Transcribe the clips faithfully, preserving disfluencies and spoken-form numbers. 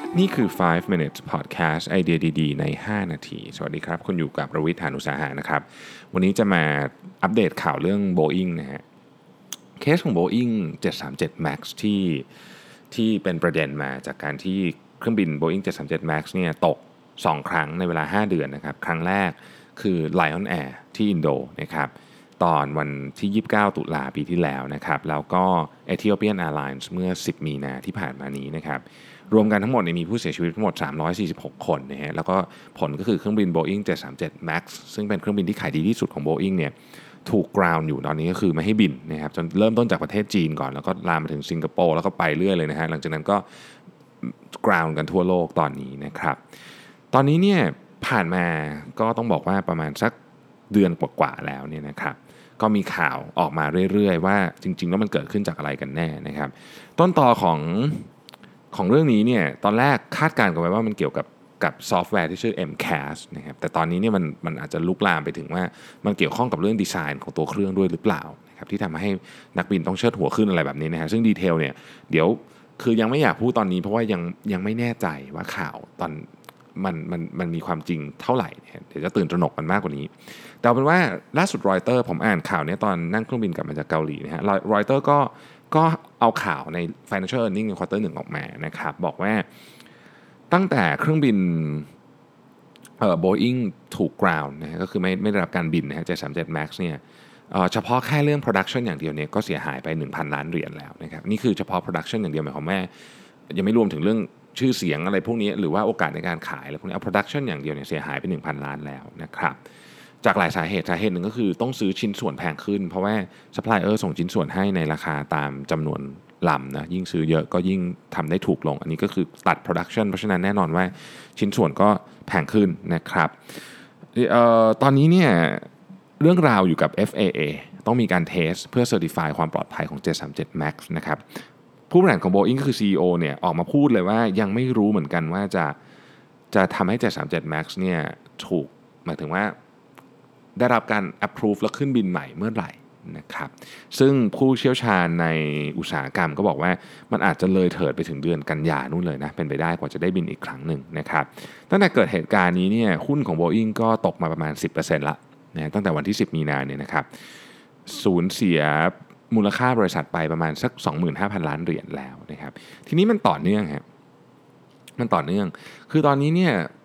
นี่คือ ไฟว์ minutes podcast ไอเดียดีๆในห้านาทีสวัสดีครับคุณอยู่กับประวิทย์ หาญอุตสาหะนะครับวันนี้จะมาอัปเดตข่าวเรื่อง Boeing นะฮะเคสของ Boeing เจ็ดสามเจ็ด แม็กซ์ ที่ที่เป็นประเด็นมาจากการที่เครื่องบิน Boeing เจ็ดสามเจ็ด แม็กซ์ เนี่ยตกสองครั้งในเวลาห้าเดือนนะครับครั้งแรกคือ Lion Air ที่อินโดนะครับตอนวันที่ยี่สิบเก้าตุลาปีที่แล้วนะครับแล้วก็ Ethiopian Airlines เมื่อสิบมีนาที่ผ่านมานี้นะครับรวมกันทั้งหมดมีผู้เสียชีวิตทั้งหมดสามร้อยสี่สิบหกคนนะฮะแล้วก็ผลก็คือเครื่องบิน Boeing เจ็ดสามเจ็ด แม็กซ์ ซึ่งเป็นเครื่องบินที่ขายดีที่สุดของ Boeing เนี่ยถูกกราวน์อยู่ตอนนี้ก็คือไม่ให้บินนะครับจนเริ่มต้นจากประเทศจีนก่อนแล้วก็ลามมาถึงสิงคโปร์แล้วก็ไปเรื่อยเลยนะฮะหลังจากนั้นก็กราวน์กันทั่วโลกตอนนี้นะครับตอนนี้เนี่ยผ่านมาก็ต้องบอกว่าประมาณสักเดือนกว่าๆแล้วเนี่ยนะครับก็มีข่าวออกมาเรื่อยๆว่าจริงๆแล้วมันเกิดขึ้นจากอะไรกันแน่นะครับต้นตอของของเรื่องนี้เนี่ยตอนแรกคาดการณ์กันไว้ว่ามันเกี่ยวกับกับซอฟต์แวร์ที่ชื่อ เอ็ม แคส นะครับแต่ตอนนี้เนี่ยมันมันอาจจะลุกลามไปถึงว่ามันเกี่ยวข้องกับเรื่องดีไซน์ของตัวเครื่องด้วยหรือเปล่านะครับที่ทำให้นักบินต้องเชิดหัวขึ้นอะไรแบบนี้นะฮะซึ่งดีเทลเนี่ยเดี๋ยวคือยังไม่อยากพูดตอนนี้เพราะว่ายังยังไม่แน่ใจว่าข่าวตอนมันมันมันมีความจริงเท่าไหร่เดี๋ยวจะตื่นตระหนกกันมากกว่านี้แต่เป็นว่าล่าสุดรอยเตอร์ผมอ่านข่าวนี้ตอนนั่งเครื่องบินกลับมาจากเกาหลีนะฮะรอยเตอร์ก็ก็เอาข่าวใน Financial Earnings ในควอเตอร์หนึ่งออกมานะครับบอกว่าตั้งแต่เครื่องบินเอ่อ Boeing ถูก ground นะฮะก็คือไม่ไม่ได้รับการบินนะฮะเจ็ดสามเจ็ด แม็กซ์ เนี่ยเอ่อเฉพาะแค่เรื่อง production อย่างเดียวเนี่ยก็เสียหายไป หนึ่งพัน ล้านเหรียญแล้วนะครับนี่คือเฉพาะ production อย่างเดียวหมายความว่ายังไม่รวมถึงเรื่องชื่อเสียงอะไรพวกนี้หรือว่าโอกาสในการขายอะไรพวกนี้เอา production อย่างเดียวเนี่ยเสียหายไป หนึ่งพัน ล้านแล้วนะครับจากหลายสาเหตุสาเหตุหนึ่งก็คือต้องซื้อชิ้นส่วนแพงขึ้นเพราะว่า supplier ส่งชิ้นส่วนให้ในราคาตามจำนวนลำนะยิ่งซื้อเยอะก็ยิ่งทำได้ถูกลงอันนี้ก็คือตัด production เพราะฉะนั้นแน่นอนว่าชิ้นส่วนก็แพงขึ้นนะครับเอ่อตอนนี้เนี่ยเรื่องราวอยู่กับ เอฟ เอ เอ ต้องมีการเทสเพื่อ certify ความปลอดภัยของเจ็ดสามเจ็ด แม็กซ์ นะครับผู้บริหารของ Boeing ก็คือ ซี อี โอ เนี่ยออกมาพูดเลยว่ายังไม่รู้เหมือนกันว่าจะจะทำให้เจ็ดสามเจ็ด แม็กซ์ เนี่ยถูกหมายถึงว่าได้รับการ approve แล้วขึ้นบินใหม่เมื่อไหร่นะครับซึ่งผู้เชี่ยวชาญในอุตสาหกรรมก็บอกว่ามันอาจจะเลยเถิดไปถึงเดือนกันยายนนู่นเลยนะเป็นไปได้กว่าจะได้บินอีกครั้งหนึ่งนะครับตั้งแต่เกิดเหตุการณ์นี้เนี่ยหุ้นของ Boeing ก็ตกมาประมาณ สิบเปอร์เซ็นต์ ละนะตั้งแต่วันที่สิบมีนาเนี่ยนะครับสูญเสียมูลค่าบริษัทไปประมาณสัก สองหมื่นห้าพัน ล้านเหรียญแล้วนะครับทีนี้มันต่อเนื่องครับมันต่อเนื่องคือตอนนี้เนี่ย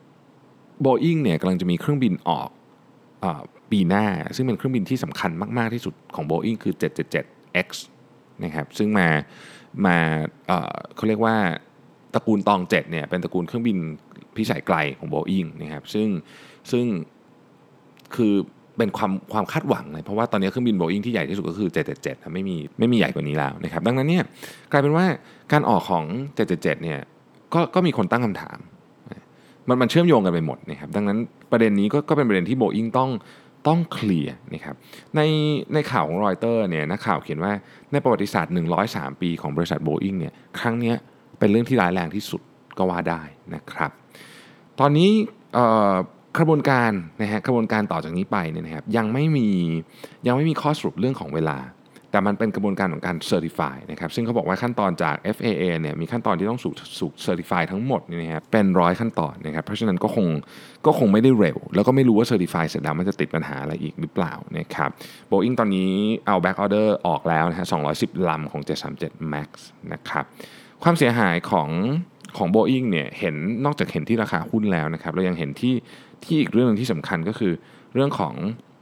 Boeing เนี่ยกำลังจะมีเครื่องบินออกเอ่อปีหน้าซึ่งเป็นเครื่องบินที่สำคัญมากๆที่สุดของ Boeing คือ เจ็ดเจ็ดเจ็ด เอ็กซ์ นะครับซึ่งมามาเอ่อเขาเรียกว่าตระกูลตองเจ็ดเนี่ยเป็นตระกูลเครื่องบินพิสัยไกลของ Boeing นะครับซึ่งซึ่งคือเป็นความความคาดหวังเลยเพราะว่าตอนนี้เครื่องบิน Boeing ที่ใหญ่ที่สุดก็คือเจ็ดเจ็ดเจ็ดไม่มีไม่มีใหญ่กว่านี้แล้วนะครับดังนั้นเนี่ยกลายเป็นว่าการออกของเจ็ดเจ็ดเจ็ดเนี่ยก็ก็มีคนตั้งคำถามมันมันเชื่อมโยงกันไปหมดนะครับดังนั้นประเด็นนี้ก็ก็เป็นประเด็นที่ Boeing ต้องต้องเคลียร์นะครับในในข่าวของรอยเตอร์เนี่ยนักข่าวเขียนว่าในประวัติศาสตร์หนึ่งร้อยสามปีของบริษัท Boeing เนี่ยครั้งนี้เป็นเรื่องที่ร้ายแรงที่สุดก็ว่าได้นะครับตอนนี้กระบวนการนะฮะกระบวนการต่อจากนี้ไปเนี่ยนะครับยังไม่มียังไม่มีข้อสรุปเรื่องของเวลาแต่มันเป็นกระบวนการของการ certify นะครับซึ่งเขาบอกว่าขั้นตอนจาก เอฟ เอ เอ เนี่ยมีขั้นตอนที่ต้องสูก certify ทั้งหมดเนี่ยนะครับเป็นร้อยขั้นตอนนะครับเพราะฉะนั้นก็คงก็คงไม่ได้เร็วแล้วก็ไม่รู้ว่า certify เสร็จแล้วมันจะติดปัญหาอะไรอีกหรือเปล่านะครับ Boeing ตอนนี้เอา back order ออกแล้วนะฮะสองร้อยสิบลำของเจ็ดสามเจ็ด Max นะครับความเสียหายของของ Boeing เนี่ยเห็นนอกจากเห็นที่ราคาหุ้นแล้วนะครับเรายังเห็นที่ที่อีกเรื่องนึงที่สำคัญก็คือเรื่องของ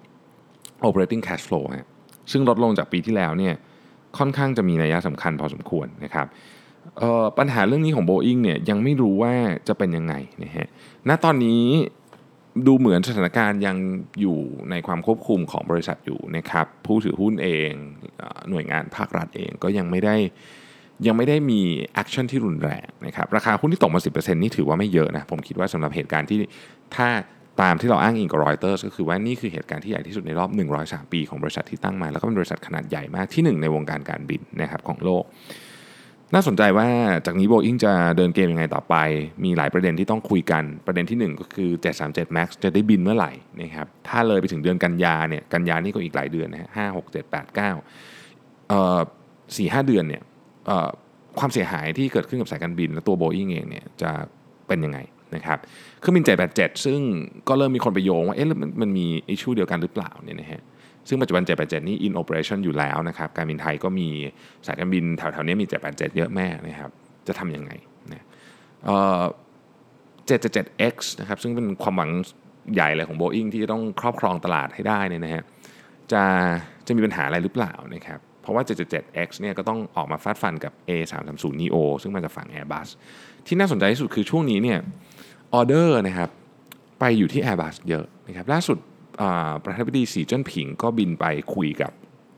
operating cash flow ฮะซึ่งลดลงจากปีที่แล้วเนี่ยค่อนข้างจะมีนัยสำคัญพอสมควรนะครับปัญหาเรื่องนี้ของ Boeing เนี่ยยังไม่รู้ว่าจะเป็นยังไงนะฮะณตอนนี้ดูเหมือนสถานการณ์ยังอยู่ในความควบคุมของบริษัทอยู่นะครับผู้ถือหุ้นเองหน่วยงานภาครัฐเองก็ยังไม่ได้ยังไม่ได้มีแอคชั่นที่รุนแรงนะครับราคาหุ้นที่ตกมา สิบเปอร์เซ็นต์ นี่ถือว่าไม่เยอะนะผมคิดว่าสำหรับเหตุการณ์ที่ถ้าตามที่เราอ้างอิงกับรอยเตอร์ก็คือว่านี่คือเหตุการณ์ที่ใหญ่ที่สุดในรอบหนึ่งร้อยสามปีของบริษัทที่ตั้งมาแล้วก็เป็นบริษัทขนาดใหญ่มากที่หนึ่งในวงการการบินนะครับของโลกน่าสนใจว่าจากนี้ Boeing จะเดินเกมยังไงต่อไปมีหลายประเด็นที่ต้องคุยกันประเด็นที่หนึ่งก็คือเจ็ดสามเจ็ด Max จะได้บินเมื่อไหร่นะครับถ้าเลยไปถึงเดือนกันยาเนี่ยกันยานี่ก็อีกหลายเดือนนะฮะห้า หก เจ็ด แปด เก้าเอ่อ สี่ ห้า เดือนเนี่ยเอ่อความเสียหายที่เกิดขึ้นกับสายการบินและตัว Boeing เองเนี่ยจะเป็นยังไงนะครับเครื่องบินเจ็ดแปดเจ็ดซึ่งก็เริ่มมีคนไปโยงว่าเอ๊ะมันมันมีอิชชูเดียวกันหรือเปล่าเนี่ยนะฮะซึ่งปัจจุบันเจ็ดแปดเจ็ดนี่ in operation อยู่แล้วนะครับการบินไทยก็มีสายการบินแถวๆนี้มีเจ็ดแปดเจ็ดเยอะแม่นะครับจะทำยังไงนะเอ่อ เจ็ดเจ็ดเจ็ด เอ็กซ์ นะครับซึ่งเป็นความหวังใหญ่เลยของ Boeing ที่จะต้องครอบครองตลาดให้ได้เนี่ยนะฮะจะจะมีปัญหาอะไรหรือเปล่านะครับเพราะว่า เจ็ดเจ็ดเจ็ด เอ็กซ์ เนี่ยก็ต้องออกมาฟาดฟันกับ เอ สามสามศูนย์ นีโอ ซึ่งมาจากฝั่ง Airbus ที่น่าสนใจที่สุดคือช่วงนี้เนี่ยออเดอร์นะครับไปอยู่ที่ Airbus เยอะนะครับล่าสุดประธานาธิบดีสีจิ้นผิงก็บินไปคุยกับ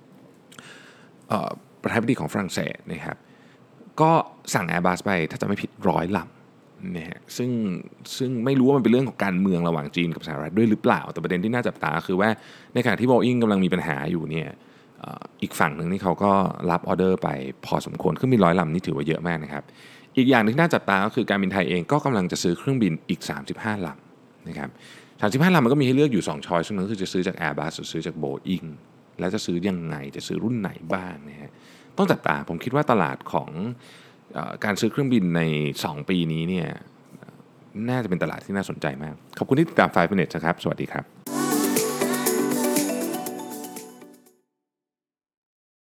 ประธานาธิบดีของฝรั่งเศสนะครับก็สั่ง Airbus ไปถ้าจะไม่ผิดร้อยลำเนี่ยซึ่งซึ่งไม่รู้ว่ามันเป็นเรื่องของการเมืองระหว่างจีนกับสหรัฐด้วยหรือเปล่าแต่ประเด็นที่น่าจับตาคือว่าในขณะที่ Boeing กำลังมีปัญหาอยู่เนี่ยอีกฝั่งหนึ่งนี่เขาก็รับออเดอร์ไปพอสมควรเครื่องบินร้อยลำนี่ถือว่าเยอะมากนะครับอีกอย่างนึงที่น่าจับตาก็คือการบินไทยเองก็กำลังจะซื้อเครื่องบินอีกสามสิบห้าลำนะครับสามสิบห้าลำมันก็มีให้เลือกอยู่สองช้อยส์ซึ่งก็คือจะซื้อจาก Airbus หรือซื้อจาก Boeing แล้วจะซื้อยังไงจะซื้อรุ่นไหนบ้างนะฮะต้องจับตาผมคิดว่าตลาดของการซื้อเครื่องบินในสองปีนี้เนี่ยน่าจะเป็นตลาดที่น่าสนใจมากขอบคุณที่ติดตามไฟว์ Minutes นะครับสวัสดีครับ